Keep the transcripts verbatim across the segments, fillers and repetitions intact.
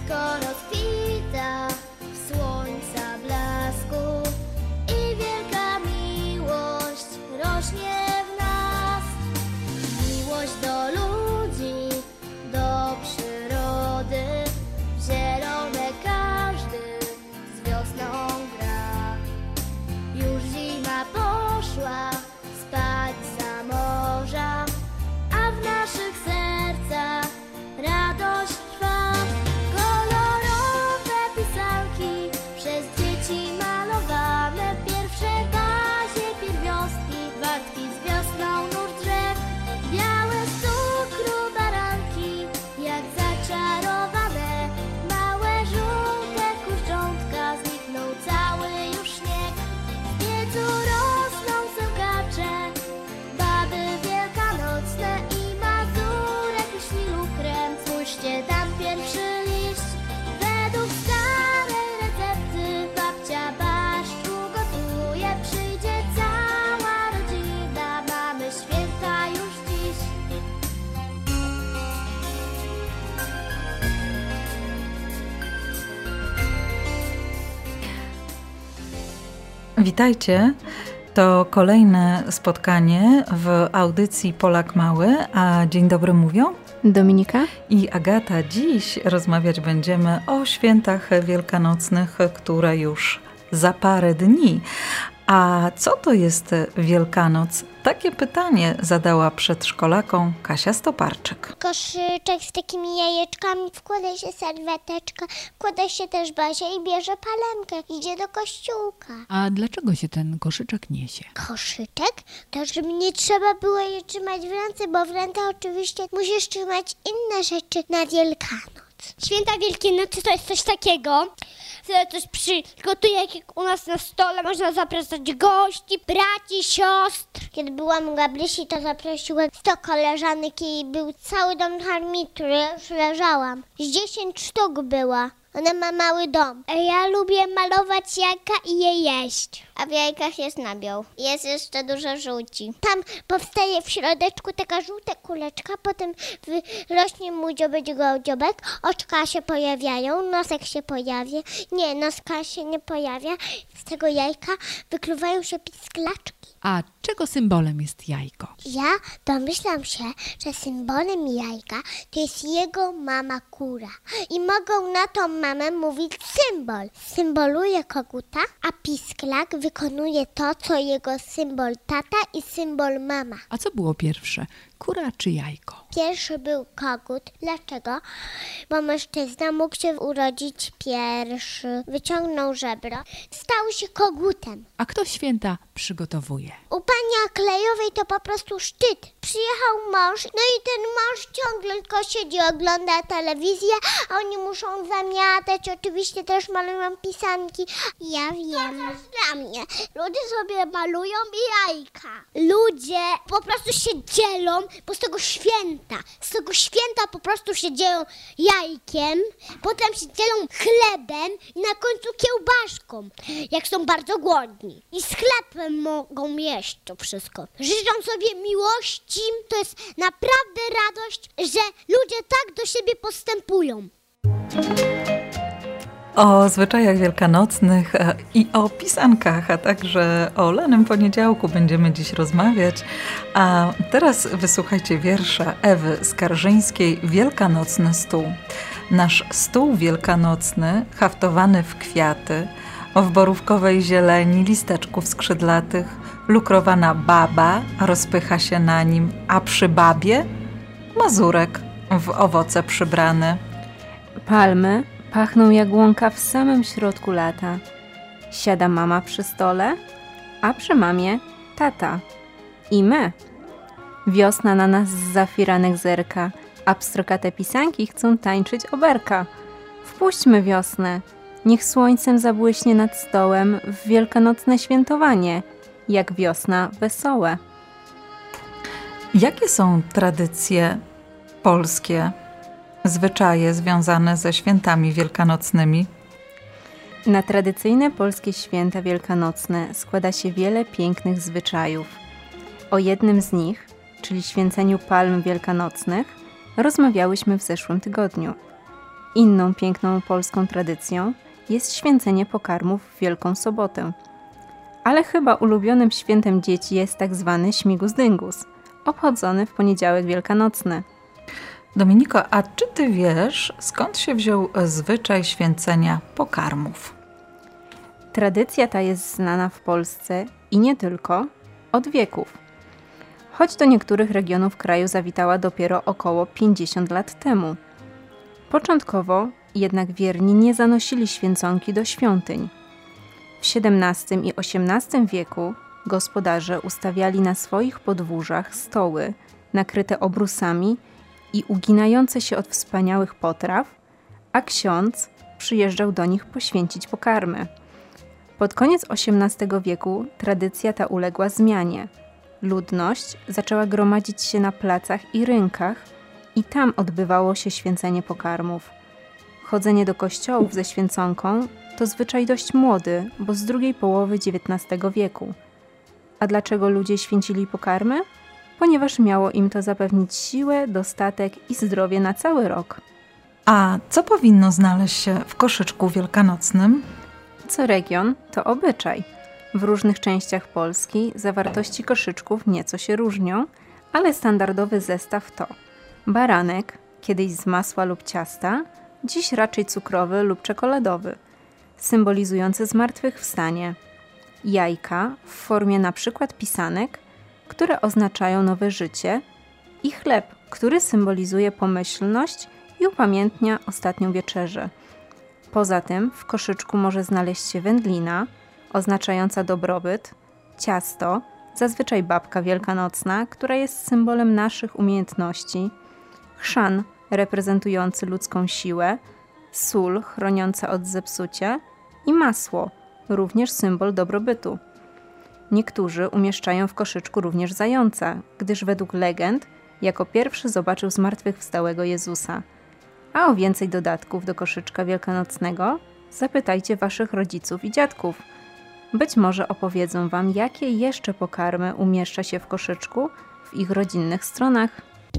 Wszystko rozkwita w słońca blasku i wielka miłość rośnie w nas. Miłość do ludzi, do przyrody, w zielone każdy z wiosną gra. Już zima poszła spać za morza, a w naszych sercach radość trwa. Kolorowe pisanki przez dzieci malowane, pierwsze bazie, pierwiostki, wartki z wiosną, nur drzew, białe z cukru baranki, jak zaczarowane, małe żółte kurczątka, zniknął cały już śnieg. W piecu rosną sękacze, baby wielkanocne i Mazurek lśni lukrem. Spójrzcie, tam pierwszy liść, według starej recepty babcia barszczu gotuje. Przyjdzie cała rodzina, mamy święta już dziś. Witajcie. To kolejne spotkanie w audycji Polak Mały, a dzień dobry mówią Dominika i Agata. Dziś rozmawiać będziemy o świętach wielkanocnych, które już za parę dni. A co to jest Wielkanoc? Takie pytanie zadała przedszkolakom Kasia Stoparczyk. Koszyczek z takimi jajeczkami, wkłada się serweteczkę, wkłada się też Bazia i bierze palemkę, idzie do kościółka. A dlaczego się ten koszyczek niesie? Koszyczek? To, żeby nie trzeba było je trzymać w ręce, bo w ręce oczywiście musisz trzymać inne rzeczy na Wielkanoc. Święta Wielkiej to jest coś takiego, że coś przygotuje, jak u nas na stole można zapraszać gości, braci, siostr. Kiedy byłam u Gabrysi, to zaprosiłem sto koleżanek i był cały dom harmitury, ja już leżałam. Z dziesięć sztuk była. Ona ma mały dom. Ja lubię malować jajka i je jeść. A w jajkach jest nabiał. Jest jeszcze dużo żółci. Tam powstaje w środeczku taka żółta kuleczka, potem rośnie mój dziobek, dziobek, oczka się pojawiają, nosek się pojawia. Nie, noska się nie pojawia. Z tego jajka wykluwają się pisklaczki. A czego symbolem jest jajko? Ja domyślam się, że symbolem jajka to jest jego mama kura. I mogą na tą mamę mówić symbol. Symboluje koguta, a pisklak wykonuje to, co jego symbol tata i symbol mama. A co było pierwsze? Kura czy jajko? Pierwszy był kogut. Dlaczego? Bo mężczyzna mógł się urodzić pierwszy. Wyciągnął żebro. Stał się kogutem. A kto święta przygotowuje? U pani Aklejowej to po prostu szczyt. Przyjechał mąż, no i ten mąż ciągle tylko siedzi, ogląda telewizję, a oni muszą zamiatać, oczywiście też malują pisanki. Ja wiem. To też dla mnie. Ludzie sobie malują jajka. Ludzie po prostu się dzielą, bo z tego święta, z tego święta po prostu się dzielą jajkiem, potem się dzielą chlebem i na końcu kiełbaszką, jak są bardzo głodni. I z chlebem mogą jeść to wszystko. Życzą sobie miłości, to jest naprawdę radość, że ludzie tak do siebie postępują. O zwyczajach wielkanocnych i o pisankach, a także o lanym poniedziałku będziemy dziś rozmawiać. A teraz wysłuchajcie wiersza Ewy Skarżyńskiej „Wielkanocny stół”. Nasz stół wielkanocny, haftowany w kwiaty, w borówkowej zieleni listeczków skrzydlatych, lukrowana baba rozpycha się na nim, a przy babie Mazurek w owoce przybrany. Palmy pachną jak łąka w samym środku lata. Siada mama przy stole, a przy mamie tata. I my. Wiosna na nas zza firanek zerka, a pstrokate pisanki chcą tańczyć oberka. Wpuśćmy wiosnę, niech słońcem zabłyśnie nad stołem w wielkanocne świętowanie, jak wiosna wesołe. Jakie są tradycje polskie, zwyczaje związane ze świętami wielkanocnymi? Na tradycyjne polskie święta wielkanocne składa się wiele pięknych zwyczajów. O jednym z nich, czyli święceniu palm wielkanocnych, rozmawiałyśmy w zeszłym tygodniu. Inną piękną polską tradycją jest święcenie pokarmów w Wielką Sobotę. Ale chyba ulubionym świętem dzieci jest tak zwany śmigus dyngus, obchodzony w poniedziałek wielkanocny. Dominiko, a czy ty wiesz, skąd się wziął zwyczaj święcenia pokarmów? Tradycja ta jest znana w Polsce i nie tylko od wieków. Choć do niektórych regionów kraju zawitała dopiero około pięćdziesiąt lat temu. Początkowo jednak wierni nie zanosili święconki do świątyń. W siedemnastym i osiemnastym wieku gospodarze ustawiali na swoich podwórzach stoły nakryte obrusami i uginające się od wspaniałych potraw, a ksiądz przyjeżdżał do nich poświęcić pokarmy. Pod koniec osiemnastego wieku tradycja ta uległa zmianie. Ludność zaczęła gromadzić się na placach i rynkach i tam odbywało się święcenie pokarmów. Chodzenie do kościołów ze święconką to zwyczaj dość młody, bo z drugiej połowy dziewiętnastego wieku. A dlaczego ludzie święcili pokarmy? Ponieważ miało im to zapewnić siłę, dostatek i zdrowie na cały rok. A co powinno znaleźć się w koszyczku wielkanocnym? Co region to obyczaj. W różnych częściach Polski zawartości koszyczków nieco się różnią, ale standardowy zestaw to baranek, kiedyś z masła lub ciasta, dziś raczej cukrowy lub czekoladowy, symbolizujący zmartwychwstanie, jajka w formie np. pisanek, które oznaczają nowe życie, i chleb, który symbolizuje pomyślność i upamiętnia ostatnią wieczerzę. Poza tym w koszyczku może znaleźć się wędlina, oznaczająca dobrobyt, ciasto, zazwyczaj babka wielkanocna, która jest symbolem naszych umiejętności, chrzan reprezentujący ludzką siłę, sól chroniąca od zepsucia i masło, również symbol dobrobytu. Niektórzy umieszczają w koszyczku również zająca, gdyż według legend jako pierwszy zobaczył zmartwychwstałego Jezusa. A o więcej dodatków do koszyczka wielkanocnego zapytajcie waszych rodziców i dziadków. Być może opowiedzą wam, jakie jeszcze pokarmy umieszcza się w koszyczku w ich rodzinnych stronach.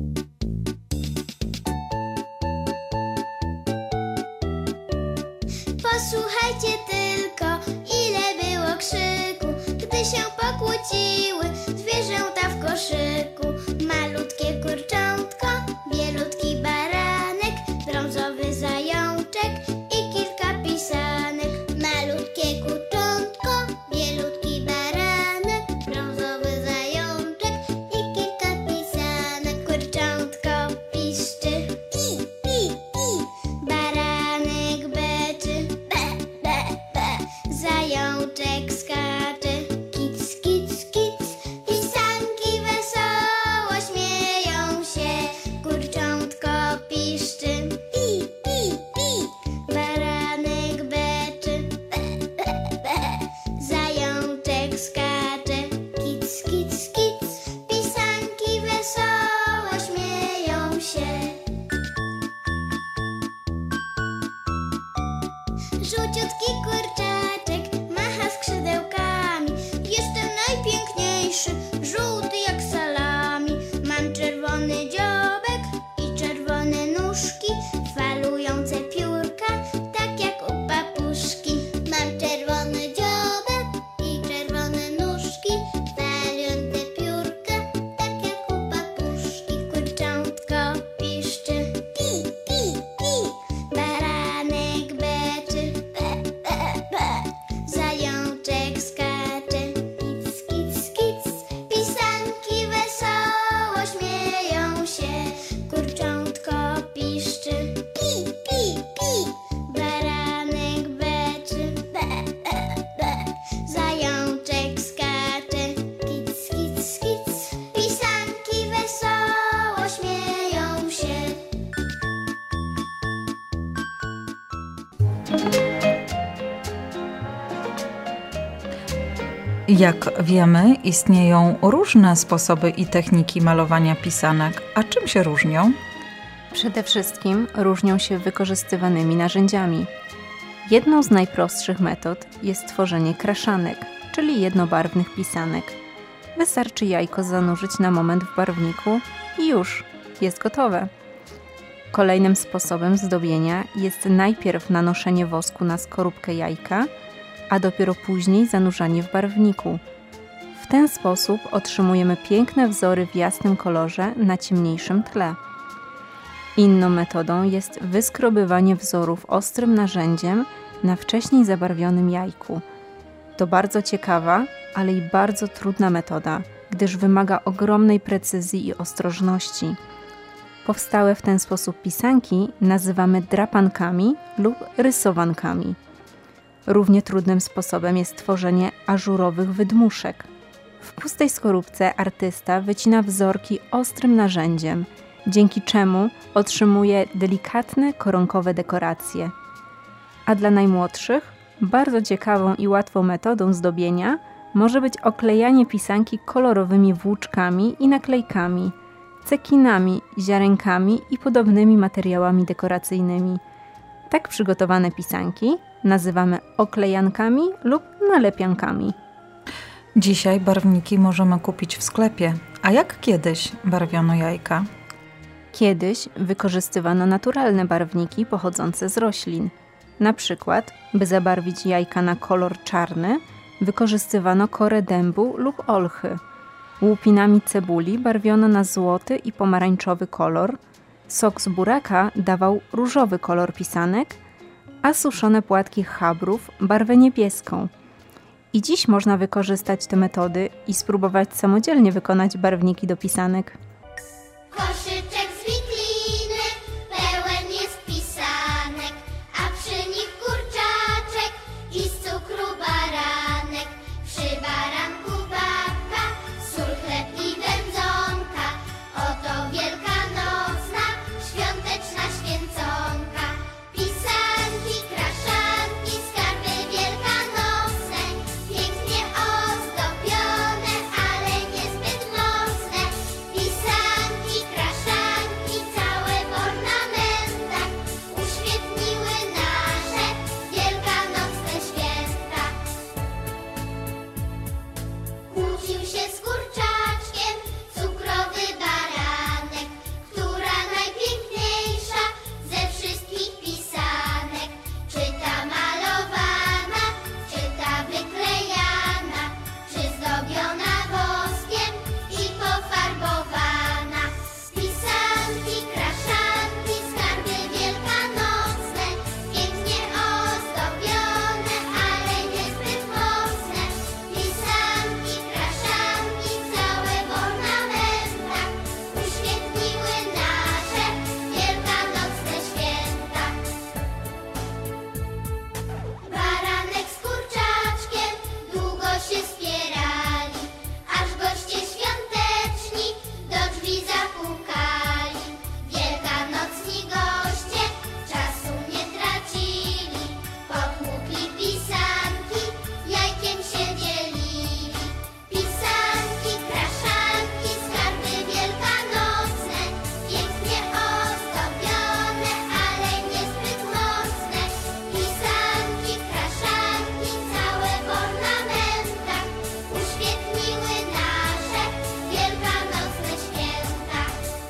Posłuchajcie tylko, ile było krzyku, gdy się pokłóciły zwierzęta w koszyku. Malutkie kurczątko, bielutki baranek, brązowy zajączek i kilka pisanek. Malutkie kurczątko, bielutki baranek, brązowy zajączek i kilka pisanek. Kurczątko piszczy, pi, pi, pi. Baranek beczy, be, be, be. Zajączek skacze, kic, kic, kic. Pisanki wesoło śmieją się. Kurczątko piszczy, pi, pi, pi. Baranek beczy, be, be, be. Zajączek skacze, kic, kic, kic. Pisanki wesoło śmieją się. Żółciutki kurczaczek macha skrzydełkami. Jestem najpiękniejszy, żółty jak salami. Mam czerwony dziobek i czerwone nóżki, falujące piórka, tak jak u papuszki. Mam czerwony dziobek i czerwone nóżki, falujące piórka, tak jak u papuszki. Kurczątko piszczy, pi, pi, pi. Baranek beczy, be, be, be. Zajączek skacze, kic, kic, kic. Pisanki wesoło śmieją się. Kurczątko piszczy, pi, pi, pi. Baranek beczy, be, be, be. Zajączek skacze, kic, kic, kic. Pisanki wesoło śmieją się. Jak wiemy, istnieją różne sposoby i techniki malowania pisanek. A czym się różnią? Przede wszystkim różnią się wykorzystywanymi narzędziami. Jedną z najprostszych metod jest tworzenie kraszanek, czyli jednobarwnych pisanek. Wystarczy jajko zanurzyć na moment w barwniku i już, jest gotowe. Kolejnym sposobem zdobienia jest najpierw nanoszenie wosku na skorupkę jajka, a dopiero później zanurzanie w barwniku. W ten sposób otrzymujemy piękne wzory w jasnym kolorze na ciemniejszym tle. Inną metodą jest wyskrobywanie wzorów ostrym narzędziem na wcześniej zabarwionym jajku. To bardzo ciekawa, ale i bardzo trudna metoda, gdyż wymaga ogromnej precyzji i ostrożności. Powstałe w ten sposób pisanki nazywamy drapankami lub rysowankami. Równie trudnym sposobem jest tworzenie ażurowych wydmuszek. W pustej skorupce artysta wycina wzorki ostrym narzędziem, dzięki czemu otrzymuje delikatne, koronkowe dekoracje. A dla najmłodszych bardzo ciekawą i łatwą metodą zdobienia może być oklejanie pisanki kolorowymi włóczkami i naklejkami, cekinami, ziarenkami i podobnymi materiałami dekoracyjnymi. Tak przygotowane pisanki nazywamy oklejankami lub nalepiankami. Dzisiaj barwniki możemy kupić w sklepie. A jak kiedyś barwiono jajka? Kiedyś wykorzystywano naturalne barwniki pochodzące z roślin. Na przykład, by zabarwić jajka na kolor czarny, wykorzystywano korę dębu lub olchy. Łupinami cebuli barwiono na złoty i pomarańczowy kolor, sok z buraka dawał różowy kolor pisanek, a suszone płatki chabrów barwę niebieską. I dziś można wykorzystać te metody i spróbować samodzielnie wykonać barwniki do pisanek. Koszyczek z wikliny pełen jest pisanek, a przy nich kurczaczek i z cukru baranek. Przy baranku babka, sól, chleb i wędzonka. Oto wielkanocna, świąteczna święconka. Pisanki, kraszanki, skarby wielkanocne, pięknie ozdobione, ale niezbyt mocne. Pisanki, kraszanki, całe w ornamentach uświetniły nasze wielkanocne święta. Kłócił się z kurczaczkiem cukrowy baranek, która najpiękniejsza ze wszystkich pisanek. Czy ta malowana, czy ta wyklejana, czy zdobiona woskiem i pofarbowana. Pisanki, kraszanki, skarby wielkanocne, pięknie ozdobione, ale niezbyt mocne. Pisanki, kraszanki, całe w ornamentach uświetniły nasze wielkanocne święta. Baranek z kurczaczkiem długo się spierali, aż goście świąteczni do drzwi zapukali. Wielkanocni goście czasu nie tracili, potłukli pisanki, jajkiem się dzielili. Pisanki, kraszanki, skarby wielkanocne, pięknie ozdobione, ale niezbyt mocne. Pisanki, kraszanki, całe w ornamentach uświetniły nasze wielkanocne święta.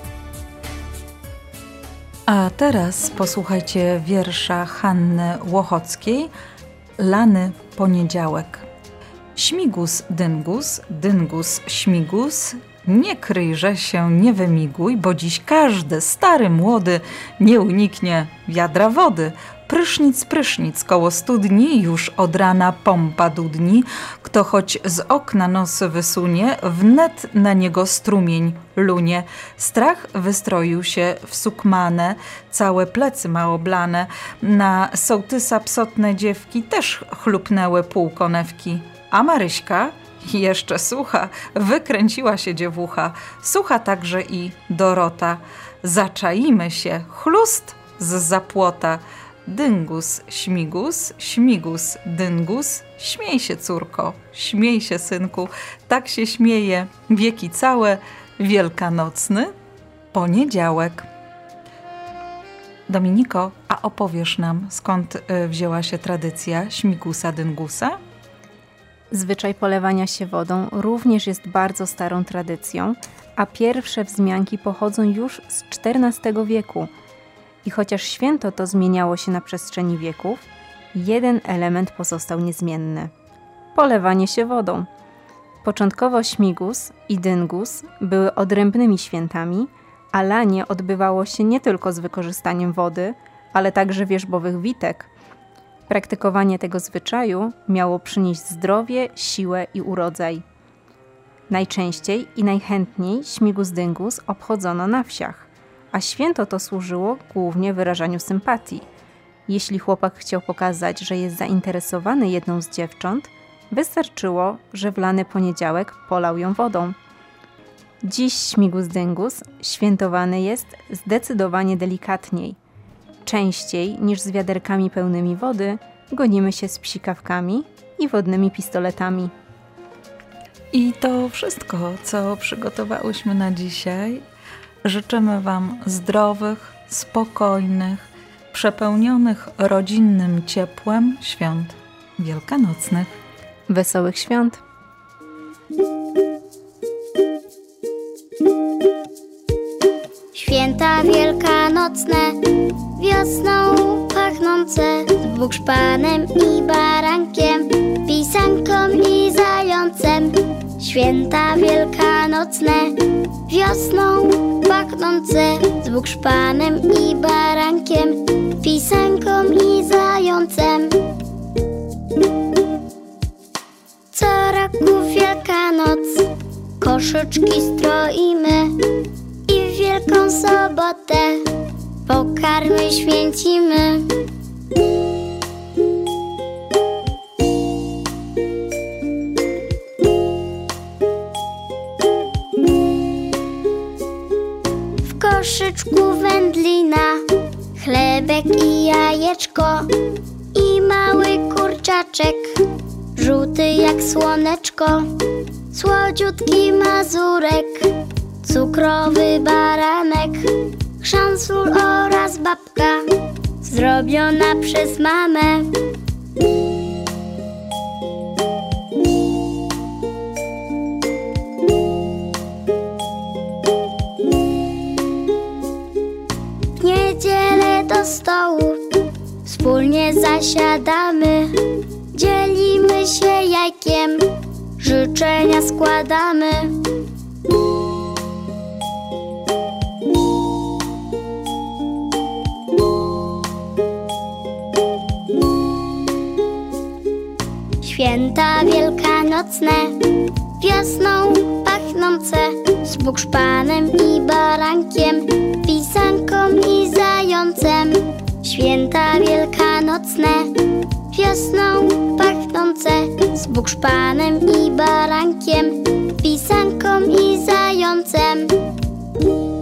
A teraz posłuchajcie wiersza Hanny Łochockiej Lany poniedziałek. Śmigus dyngus, dyngus śmigus, nie kryjże się, nie wymiguj, bo dziś każdy, stary, młody, nie uniknie wiadra wody. Prysznic, prysznic koło studni, już od rana pompa dudni. Kto choć z okna nos wysunie, wnet na niego strumień lunie. Strach wystroił się w sukmanę, całe plecy ma oblane. Na sołtysa psotne dziewki też chlupnęły pół konewki. A Maryśka jeszcze sucha, wykręciła się dziewucha. Sucha także i Dorota. Zaczaimy się, chlust z zapłota. Dyngus, śmigus, śmigus, dyngus. Śmiej się, córko, śmiej się, synku. Tak się śmieje wieki całe, wielkanocny poniedziałek. Dominiko, a opowiesz nam, skąd y, wzięła się tradycja śmigusa, dyngusa? Zwyczaj polewania się wodą również jest bardzo starą tradycją, a pierwsze wzmianki pochodzą już z czternastego wieku. I chociaż święto to zmieniało się na przestrzeni wieków, jeden element pozostał niezmienny – polewanie się wodą. Początkowo śmigus i dyngus były odrębnymi świętami, a lanie odbywało się nie tylko z wykorzystaniem wody, ale także wierzbowych witek. Praktykowanie tego zwyczaju miało przynieść zdrowie, siłę i urodzaj. Najczęściej i najchętniej śmigus-dyngus obchodzono na wsiach, a święto to służyło głównie wyrażaniu sympatii. Jeśli chłopak chciał pokazać, że jest zainteresowany jedną z dziewcząt, wystarczyło, że w lany poniedziałek polał ją wodą. Dziś śmigus-dyngus świętowany jest zdecydowanie delikatniej. Częściej niż z wiaderkami pełnymi wody gonimy się z psikawkami i wodnymi pistoletami. I to wszystko, co przygotowałyśmy na dzisiaj. Życzymy Wam zdrowych, spokojnych, przepełnionych rodzinnym ciepłem świąt wielkanocnych. Wesołych świąt! Święta wielkanocne, wiosną pachnące, z bukszpanem i barankiem, pisanką i zającem. Święta wielkanocne, wiosną pachnące, z bukszpanem i barankiem, pisanką i zającem. Co roku Wielkanoc, koszyczki stroimy i w Wielką Sobotę pokarmy święcimy. W koszyczku wędlina, chlebek i jajeczko i mały kurczaczek, żółty jak słoneczko, słodziutki mazurek, cukrowy baranek, chrzan-sól oraz babka, zrobiona przez mamę. W niedzielę do stołu wspólnie zasiadamy, dzielimy się jajkiem, życzenia składamy. Święta wielkanocne, wiosną pachnące, z bukszpanem i barankiem, pisanką i zającem. Święta wielkanocne, wiosną pachnące, z bukszpanem i barankiem, pisanką i zającem.